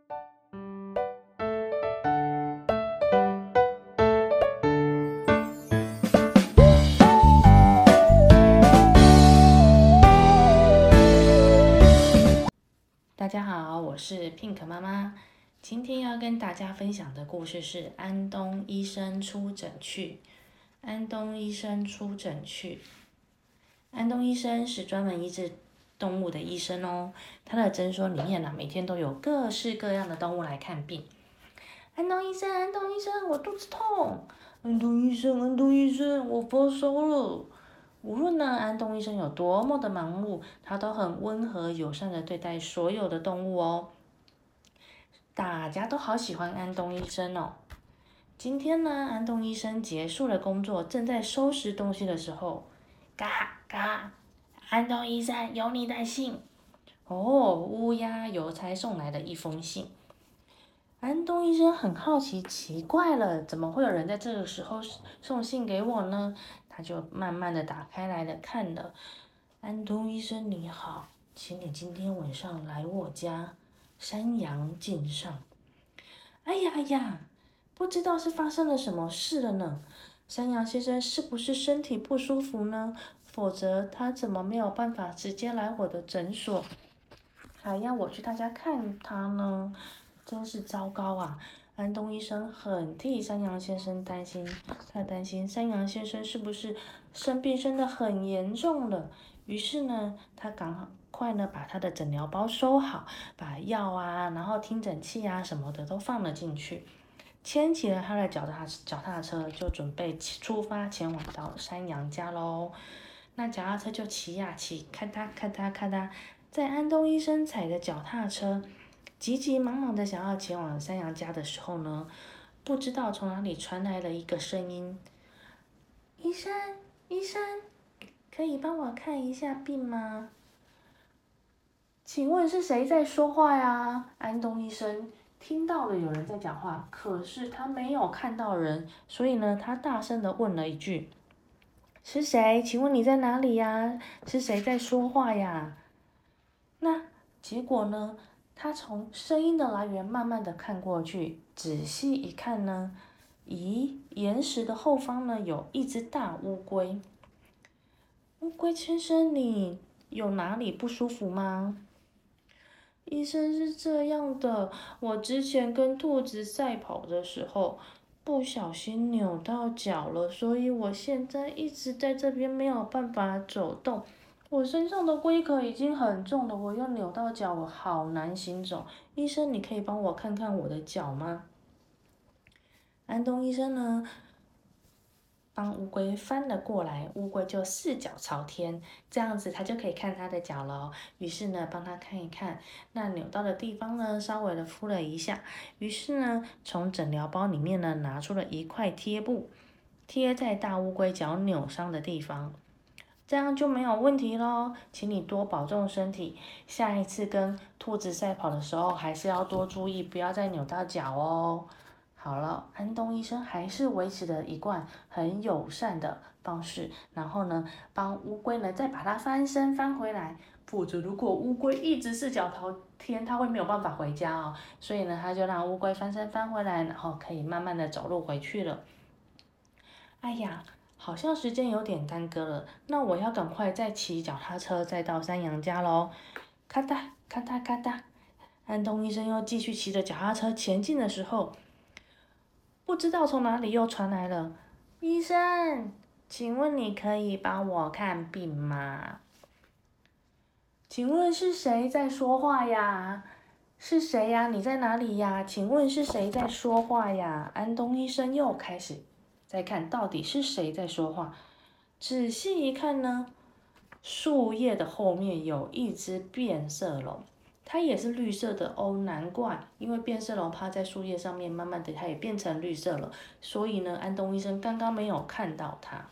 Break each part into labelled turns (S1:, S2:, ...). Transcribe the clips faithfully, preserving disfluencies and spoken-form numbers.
S1: 大家好，我是 Pink 妈妈。今天要跟大家分享的故事是安东医生出诊去。安东医生出诊去。安东医生是专门医治动物的医生哦。他的诊所里面呢、啊，每天都有各式各样的动物来看病。安东医生，安东医生，我肚子痛。安东医生，安东医生，我发烧了。无论呢，安东医生有多么的忙碌，他都很温和友善的对待所有的动物哦。大家都好喜欢安东医生哦。今天呢，安东医生结束了工作，正在收拾东西的时候，嘎嘎，安东医生有你的信。哦，乌鸦邮差送来的一封信。安东医生很好奇，奇怪了，怎么会有人在这个时候送信给我呢？他就慢慢的打开来了，看了。安东医生你好，请你今天晚上来我家，山羊敬上。哎呀哎呀，不知道是发生了什么事了呢？山羊先生是不是身体不舒服呢？否则他怎么没有办法直接来我的诊所，还要我去他家看他呢？真是糟糕啊！安东医生很替山羊先生担心，他担心山羊先生是不是生病生得很严重了。于是呢，他赶快呢把他的诊疗包收好，把药啊，然后听诊器啊什么的都放了进去，牵起了他的脚踏脚踏车，就准备出发前往到山羊家喽。那脚踏车就骑呀骑，咔嗒咔嗒咔嗒，在安东医生踩着脚踏车，急急忙忙的想要前往山羊家的时候呢，不知道从哪里传来了一个声音：“医生，医生，可以帮我看一下病吗？”请问是谁在说话呀？安东医生听到了有人在讲话，可是他没有看到人，所以呢，他大声的问了一句：“是谁？请问你在哪里呀？是谁在说话呀？”那结果呢？他从声音的来源慢慢的看过去，仔细一看呢，咦，岩石的后方呢有一只大乌龟。乌龟先生，你有哪里不舒服吗？医生是这样的，我之前跟兔子赛跑的时候，不小心扭到脚了，所以我现在一直在这边没有办法走动。我身上的龟壳已经很重了，我又扭到脚，我好难行走。医生，你可以帮我看看我的脚吗？安东医生呢，帮乌龟翻了过来，乌龟就四脚朝天，这样子它就可以看它的脚了。于是呢，帮它看一看，那扭到的地方呢，稍微的敷了一下。于是呢，从诊疗包里面呢，拿出了一块贴布，贴在大乌龟脚扭伤的地方。这样就没有问题咯，请你多保重身体，下一次跟兔子赛跑的时候还是要多注意，不要再扭到脚哦。好了，安东医生还是维持了一贯很友善的方式，然后呢，帮乌龟呢再把它翻身翻回来，否则如果乌龟一直四脚朝天，它会没有办法回家哦。所以呢，他就让乌龟翻身翻回来，然后可以慢慢的走路回去了。哎呀！好像时间有点耽搁了，那我要赶快再骑脚踏车再到山羊家喽。咔嗒咔嗒咔嗒，安东医生又继续骑着脚踏车前进的时候，不知道从哪里又传来了：“医生，请问你可以帮我看病吗？”请问是谁在说话呀？是谁呀？你在哪里呀？请问是谁在说话呀？安东医生又开始再看到底是谁在说话。仔细一看呢，树叶的后面有一只变色龙，它也是绿色的哦。难怪，因为变色龙趴在树叶上面，慢慢的它也变成绿色了。所以呢，安东医生刚刚没有看到它。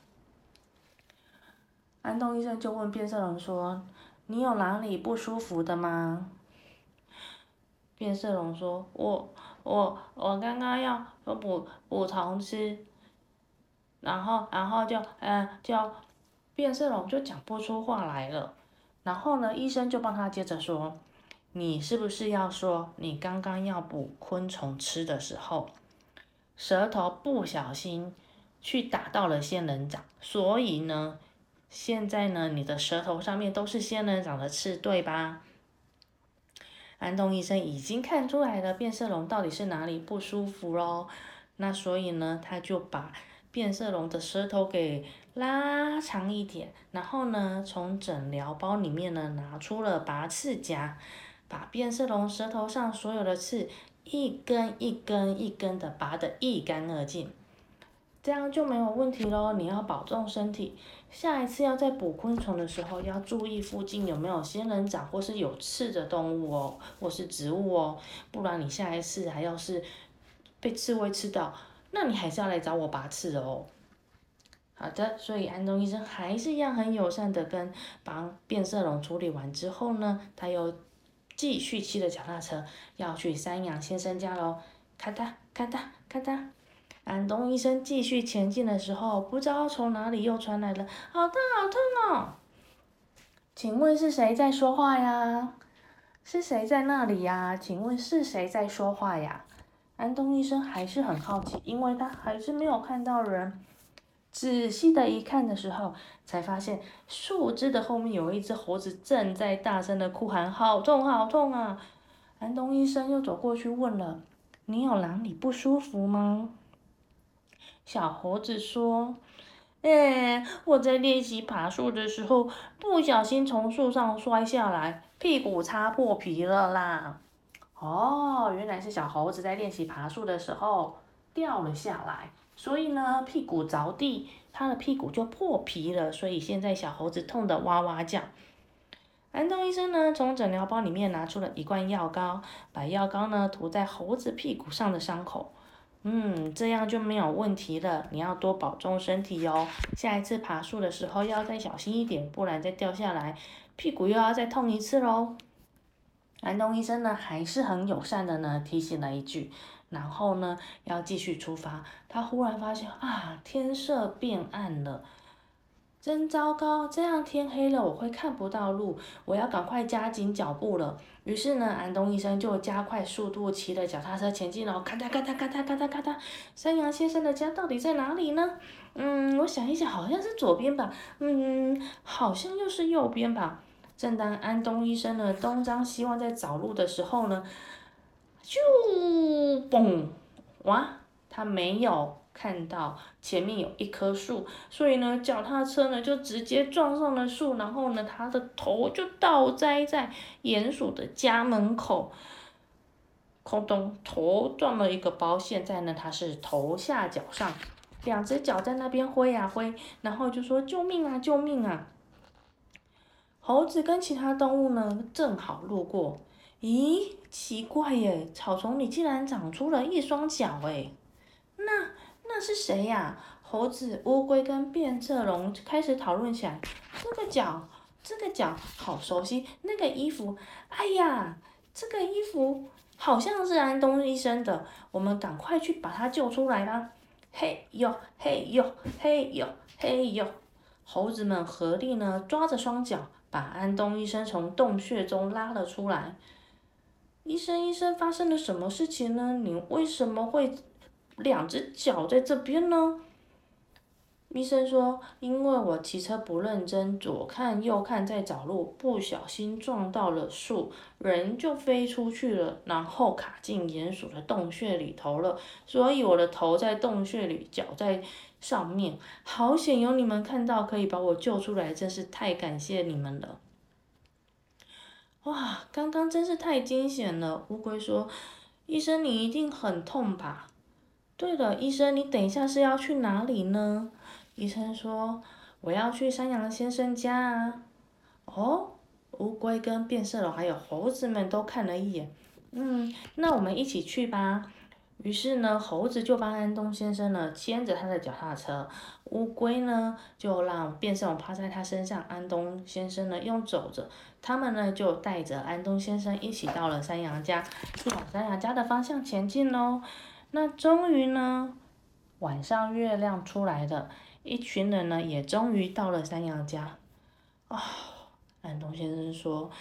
S1: 安东医生就问变色龙说：“你有哪里不舒服的吗？”变色龙说：“我我我刚刚要补补虫吃。”然后，然后就，呃，就变色龙就讲不出话来了。然后呢，医生就帮他接着说：“ 你是不是要说你刚刚要捕昆虫吃的时候，舌头不小心去打到了仙人掌，所以呢，现在呢你的舌头上面都是仙人掌的刺，对吧？安东医生已经看出来了变色龙到底是哪里不舒服咯，那所以呢，他就把变色龙的舌头给拉长一点，然后呢，从诊疗包里面呢拿出了拔刺夹，把变色龙舌头上所有的刺一根一根一根的拔得一干二净，这样就没有问题咯。你要保重身体，下一次要在捕昆虫的时候要注意附近有没有仙人掌或是有刺的动物哦，或是植物哦，不然你下一次还要是被刺猬吃到，那你还是要来找我拔刺的哦。好的，所以安东医生还是一样很友善的跟帮变色龙处理完之后呢，他又继续骑着脚踏车要去山羊先生家喽，咔哒咔哒咔哒。安东医生继续前进的时候，不知道从哪里又传来了“好痛好痛哦”，请问是谁在说话呀？是谁在那里呀？请问是谁在说话呀？安东医生还是很好奇，因为他还是没有看到人。仔细的一看的时候，才发现树枝的后面有一只猴子正在大声的哭喊：“好痛好痛啊！”安东医生又走过去问了：“你有哪里不舒服吗？”小猴子说：“哎，我在练习爬树的时候，不小心从树上摔下来，屁股擦破皮了啦。”哦，原来是小猴子在练习爬树的时候掉了下来，所以呢，屁股着地，它的屁股就破皮了，所以现在小猴子痛得哇哇叫。安东医生呢，从诊疗包里面拿出了一罐药膏，把药膏呢涂在猴子屁股上的伤口。嗯，这样就没有问题了。你要多保重身体哦，下一次爬树的时候要再小心一点，不然再掉下来，屁股又要再痛一次喽。安东医生呢，还是很友善的呢，提醒了一句，然后呢，要继续出发。他忽然发现啊，天色变暗了，真糟糕！这样天黑了，我会看不到路，我要赶快加紧脚步了。于是呢，安东医生就加快速度骑着脚踏车前进了。咔嗒咔嗒咔嗒咔嗒咔嗒，山羊先生的家到底在哪里呢？嗯，我想一想，好像是左边吧。嗯，好像又是右边吧。正当安东医生呢东张西望在找路的时候呢，咻嘣！哇，他没有看到前面有一棵树，所以呢，脚踏车呢就直接撞上了树，然后呢，他的头就倒栽在鼹鼠的家门口，空咚，头撞了一个包。现在呢，他是头下脚上，两只脚在那边挥呀挥，然后就说救命啊，救命啊！猴子跟其他动物呢，正好路过。咦，奇怪耶，草丛里竟然长出了一双脚诶，那那是谁呀？猴子、乌龟跟变色龙开始讨论起来。这个脚，这个脚好熟悉，那个衣服，哎呀，这个衣服好像是安东医生的，我们赶快去把他救出来啦！嘿呦，嘿呦，嘿呦，嘿呦，猴子们合力呢，抓着双脚，把安东医生从洞穴中拉了出来。医生，医生，发生了什么事情呢？你为什么会两只脚在这边呢？医生说，因为我骑车不认真，左看右看在找路，不小心撞到了树，人就飞出去了，然后卡进鼹鼠的洞穴里头了，所以我的头在洞穴里，脚在上面。好险有你们看到，可以把我救出来，真是太感谢你们了。哇，刚刚真是太惊险了！乌龟说：“医生，你一定很痛吧？”对了，医生，你等一下是要去哪里呢？医生说：“我要去山羊先生家啊。”哦，乌龟跟变色龙还有猴子们都看了一眼，嗯，那我们一起去吧。于是呢，猴子就帮安东先生呢牵着他的脚踏车，乌龟呢就让变色龙趴在他身上，安东先生呢用走着，他们呢就带着安东先生一起到了山羊家，就往山羊家的方向前进喽。那终于呢，晚上月亮出来了，一群人呢也终于到了山羊家。啊、安东先生说。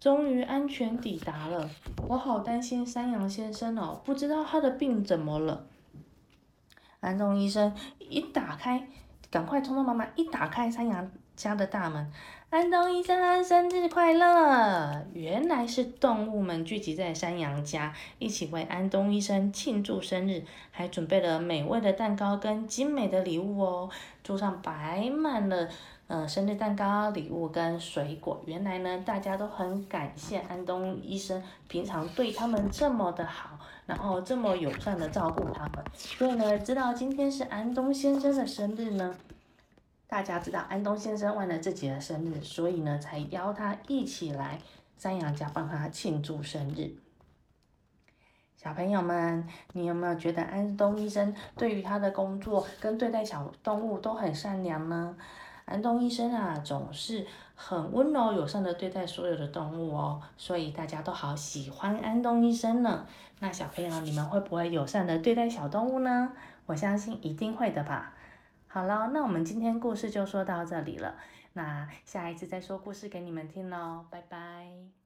S1: 终于安全抵达了，我好担心山羊先生哦，不知道他的病怎么了。安东医生一打开，赶快匆匆忙忙一打开山羊家的大门，安东医生生日快乐！原来是动物们聚集在山羊家，一起为安东医生庆祝生日，还准备了美味的蛋糕跟精美的礼物哦。桌上摆满了呃生日蛋糕、礼物跟水果。原来呢，大家都很感谢安东医生平常对他们这么的好，然后这么友善的照顾他们。所以呢，知道今天是安东先生的生日呢。大家知道安东先生忘了自己的生日，所以呢，才邀他一起来山羊家帮他庆祝生日。小朋友们，你有没有觉得安东医生对于他的工作跟对待小动物都很善良呢？安东医生啊，总是很温柔友善的对待所有的动物哦，所以大家都好喜欢安东医生呢。那小朋友，你们会不会友善的对待小动物呢？我相信一定会的吧。好了，那我们今天故事就说到这里了，那下一次再说故事给你们听喽，拜拜。